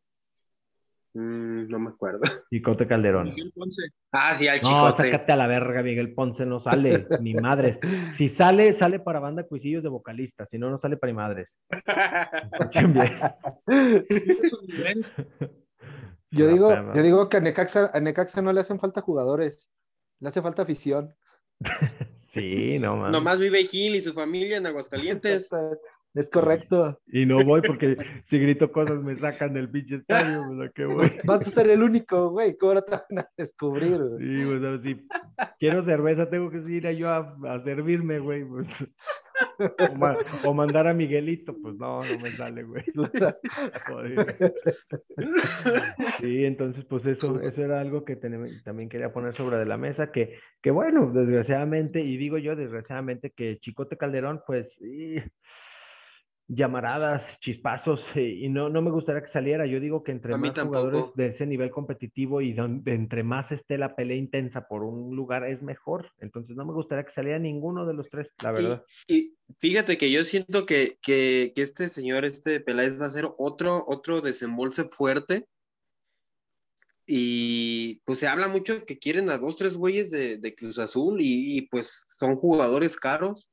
No me acuerdo. Chicote Calderón. Miguel Ponce. Ah, sí, al No, Chicote. sácate a la verga, Miguel Ponce no sale, ni madres. Si sale, sale para banda Cuisillos de vocalista, si no, no sale para ni madres. Escuchen bien. Eso, nivel. Yo La perra. digo que a Necaxa no le hacen falta jugadores, le hace falta afición. Sí, no mames. Nomás vive Gil y su familia en Aguascalientes. Exacto. Es correcto. Y no voy porque si grito cosas me sacan del pinche estadio, pues a qué voy. Vas a ser el único, güey. ¿Cómo no te van a descubrir, güey? Sí, pues a ver, si quiero cerveza, tengo que ir yo a servirme, güey. Pues. O mandar a Miguelito, pues no me sale, güey. Joder. Sí, entonces pues eso era algo que también quería poner sobre de la mesa, que bueno, desgraciadamente, y digo yo desgraciadamente que Chicote Calderón, pues llamaradas, chispazos, y no me gustaría que saliera. Yo digo que entre A mí más jugadores tampoco. de ese nivel competitivo y donde entre más esté la pelea intensa por un lugar es mejor. Entonces no me gustaría que saliera ninguno de los tres, la verdad. Y fíjate que yo siento que este señor, este Peláez, va a ser otro desembolse fuerte. Y pues se habla mucho que quieren a 2, 3 güeyes de Cruz Azul y pues son jugadores caros.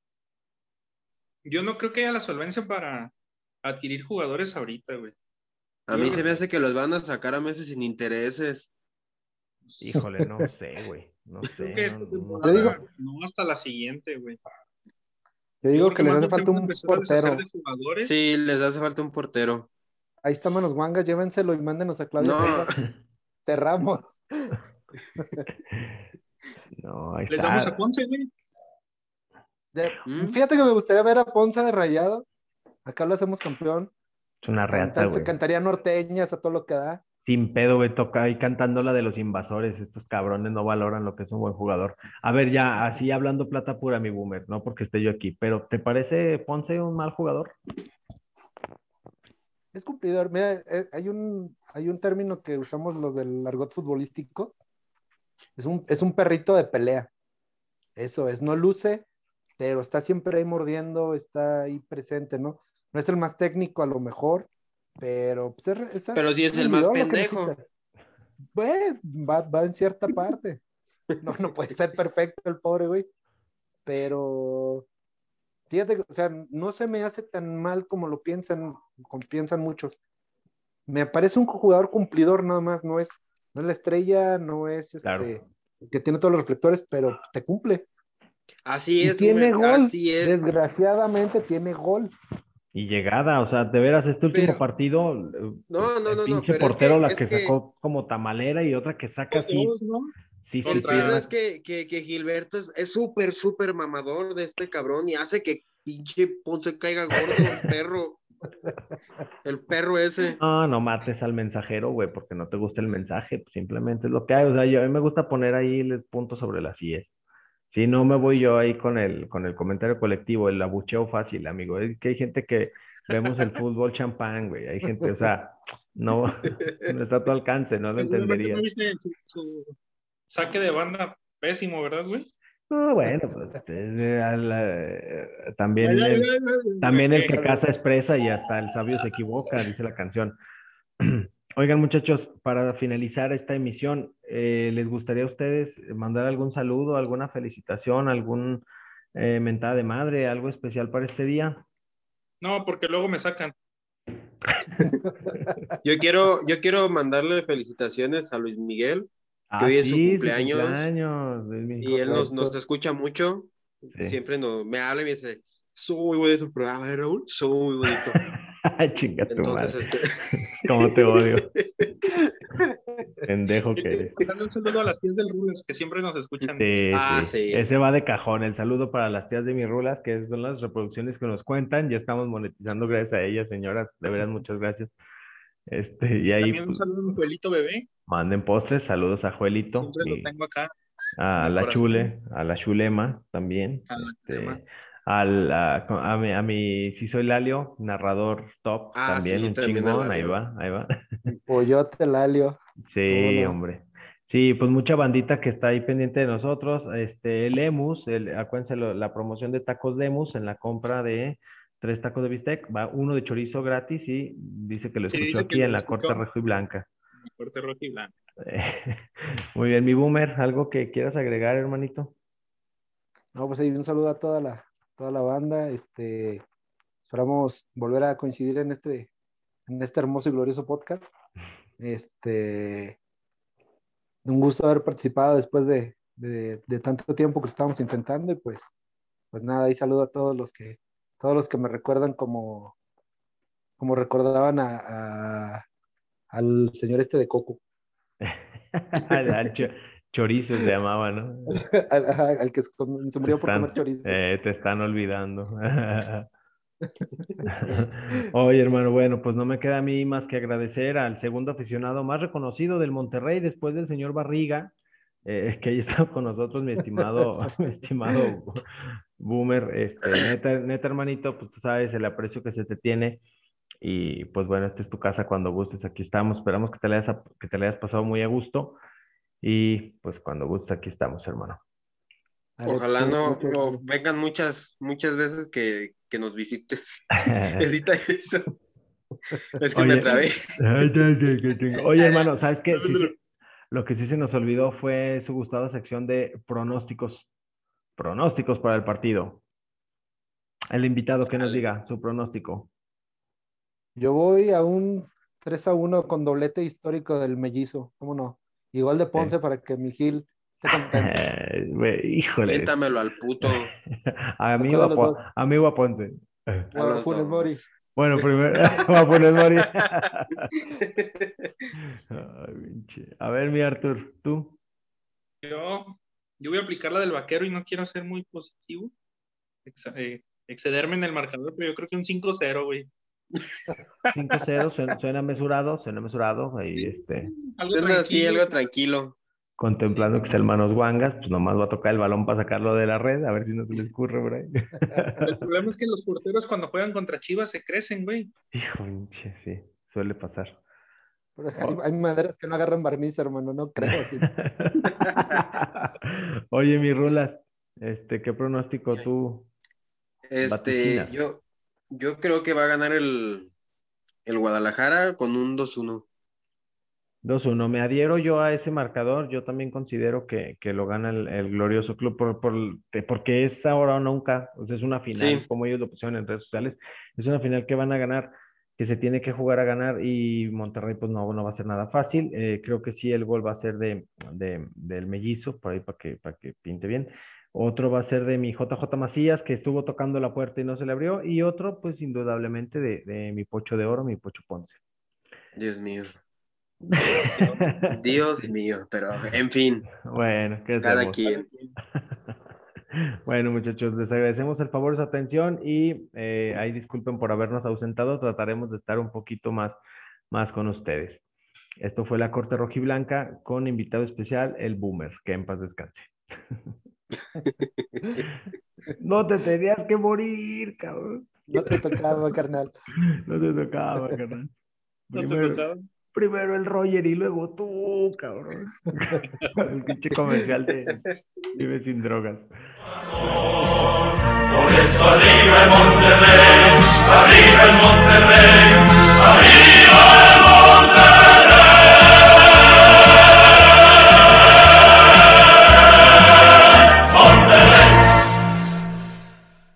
Yo no creo que haya la solvencia para adquirir jugadores ahorita, güey. A mí se me hace que los van a sacar a meses sin intereses. Híjole, no sé, güey. No Creo sé. que esta No temporada sé. no hasta la siguiente, güey. Yo digo creo que les más hace bien se falta van a un empezar a deshacer portero. de jugadores. Sí, les hace falta un portero. Ahí está Manos Guangas, llévenselo y mándenos a Claudio No, Silva. Cerramos. No, ahí Les damos a está. Ponce, güey. ¿Mm? Fíjate que me gustaría ver a Ponce de Rayado. Acá lo hacemos campeón. Es una reata, Se güey. cantaría norteñas a todo lo que da. Sin pedo, güey, toca ahí cantando la de los invasores. Estos cabrones no valoran lo que es un buen jugador. A ver, ya, así hablando plata pura, mi boomer, no porque esté yo aquí, pero ¿te parece Ponce un mal jugador? Es cumplidor. Mira, hay un término que usamos los del argot futbolístico. Es un perrito de pelea. Eso es, no luce, pero está siempre ahí mordiendo, está ahí presente, ¿no? No es el más técnico a lo mejor, pero pues, pero sí es el más rendidor lo que pendejo. necesita. Pues, va en cierta parte. No puede ser perfecto el pobre güey, pero fíjate, o sea, no se me hace tan mal como lo piensan, como piensan muchos. Me parece un jugador cumplidor nada más, no es la estrella, no es Claro. que tiene todos los reflectores, pero te cumple. Así Y es, tiene Boomer, gol, así es. desgraciadamente tiene gol. Y llegada, o sea, de veras, este último Pero- partido, No, pinche pero portero, la es que que sacó como tamalera y otra que saca así. Dos, ¿no? Sí, el sí, pedo sí. es que Gilberto es súper mamador de este cabrón y hace que pinche Ponce caiga gordo, el perro ese. No, no mates al mensajero, güey, porque no te gusta el mensaje, pues simplemente es lo que hay. O sea, a mí me gusta poner ahí el punto sobre las IES. Si no me voy yo ahí con el comentario colectivo, el abucheo fácil, amigo. Es que hay gente que vemos el fútbol champán, güey. Hay gente, o sea, no, no está a tu alcance, no lo Seguramente no entenderías. viste su saque de banda pésimo, ¿verdad, güey? No, bueno, pues también también el que caza es presa y hasta el sabio se equivoca, dice la canción. Oigan, muchachos, para finalizar esta emisión, ¿les gustaría a ustedes mandar algún saludo, alguna felicitación, algún mentada de madre, algo especial para este día? No, porque luego me sacan. Yo quiero mandarle felicitaciones a Luis Miguel, que Ah, hoy es su sí, su cumpleaños cumpleaños. Luismi. y él nos Correcto. escucha mucho. Sí. Siempre me habla y me dice, soy muy bonito su programa, ¿eh, Raúl? Soy muy bonito. Chinga tu madre. Entonces, Cómo te odio. Pendejo que Quiero eres. mandarle un saludo a las tías del Rulas que siempre nos escuchan. Sí, sí. sí. Ese va de cajón. El saludo para las tías de mis rulas, que son las reproducciones que nos cuentan. Ya estamos monetizando gracias a ellas, señoras. De verdad, muchas gracias. Y ahí También un pues, saludo a mi abuelito bebé. manden postres. Saludos a Juelito Siempre lo y tengo acá en a el la corazón. Chule, a la Chulema también. A la Chulema. A mi, sí soy Lalio, narrador top también, Sí, un también chingón. Ahí Lalio. va, ahí va. El pollote Lalio. ¿Cómo Sí, no? hombre. Sí, pues mucha bandita que está ahí pendiente de nosotros. Lemus, acuérdense la promoción de tacos Lemus en la compra de 3 tacos de bistec, va uno de chorizo gratis y dice que lo Sí, escuchó dice que aquí en lo la escuchó corte rojo y blanca. en el corte rojo y blanco. Muy bien, mi boomer, ¿algo que quieras agregar, hermanito? No, pues ahí un saludo a toda la banda. Esperamos volver a coincidir en este hermoso y glorioso podcast. Un gusto haber participado después de tanto tiempo que estábamos intentando y pues nada, ahí saludo a todos los que me recuerdan como recordaban al señor de Coco, Al chorizo se llamaba, ¿no? al que se murió por comer chorizo. Te están olvidando. Oye, hermano, bueno, pues no me queda a mí más que agradecer al segundo aficionado más reconocido del Monterrey después del señor Barriga, que ahí está con nosotros, mi estimado Boomer. Neta, neta, hermanito, pues tú sabes el aprecio que se te tiene. Y pues bueno, esta es tu casa cuando gustes, aquí estamos. Esperamos que te la hayas pasado muy a gusto. Y pues cuando gustes, aquí estamos, hermano. Dale, Ojalá pues, no vengan muchas veces que nos visites. Edita eso. Es que me Oye, trabé. oye, hermano, ¿sabes qué? Lo que sí se nos olvidó fue su gustada sección de pronósticos. Pronósticos para el partido. El invitado que nos Dale. diga su pronóstico. yo voy a un 3-1 con doblete histórico del mellizo, ¿cómo no? Y gol de Ponce para que mi Gil Esté contento. Híjole. Cuéntamelo al puto. Amigo, todos los dos. amigo a Ponce. A No, los Funes dos. Mori. Bueno, primero va a poner Mori. Ay, pinche. A ver, mi Artur, tú. Yo voy a aplicar la del vaquero y no quiero ser muy positivo. Excederme en el marcador, pero yo creo que un 5-0, güey. 5-0, suena mesurado. Ahí, Algo Suena así, tranquilo. algo tranquilo. contemplando que es el Manos Guangas, pues nomás va a tocar el balón para sacarlo de la red, a ver si no se le escurre por ahí. El problema es que los porteros cuando juegan contra Chivas se crecen, güey. Hijo, pinche, sí, suele pasar. Pero hay maderas que no agarran barniz, hermano, no creo. Sí. Oye, mi Rulas, ¿qué pronóstico tú vaticinas? Yo creo que va a ganar el Guadalajara con un 2-1. 2-1, me adhiero yo a ese marcador, yo también considero que lo gana el glorioso club porque es ahora o nunca, o sea, es una final, Sí. como ellos lo pusieron en redes sociales, es una final que van a ganar, que se tiene que jugar a ganar y Monterrey pues no va a ser nada fácil, creo que sí el gol va a ser del Mellizo, por ahí para que pinte bien, otro va a ser de mi JJ Macías, que estuvo tocando la puerta y no se le abrió, y otro pues indudablemente de mi Pocho de Oro, mi Pocho Ponce. Dios mío. Dios mío, pero en fin, Bueno, ¿qué cada hacemos? quien. Bueno, muchachos, les agradecemos el favor, su atención y ahí disculpen por habernos ausentado, trataremos de estar un poquito más con ustedes. Esto fue La Corte Rojiblanca con invitado especial, el Boomer, que en paz descanse. No te tenías que morir, cabrón. No te tocaba, carnal. No te tocaba, carnal. No te tocaba. Primero el Roger y luego tú, cabrón. El pinche comercial de Vive sin drogas. Por eso arriba el Monterrey, arriba el Monterrey.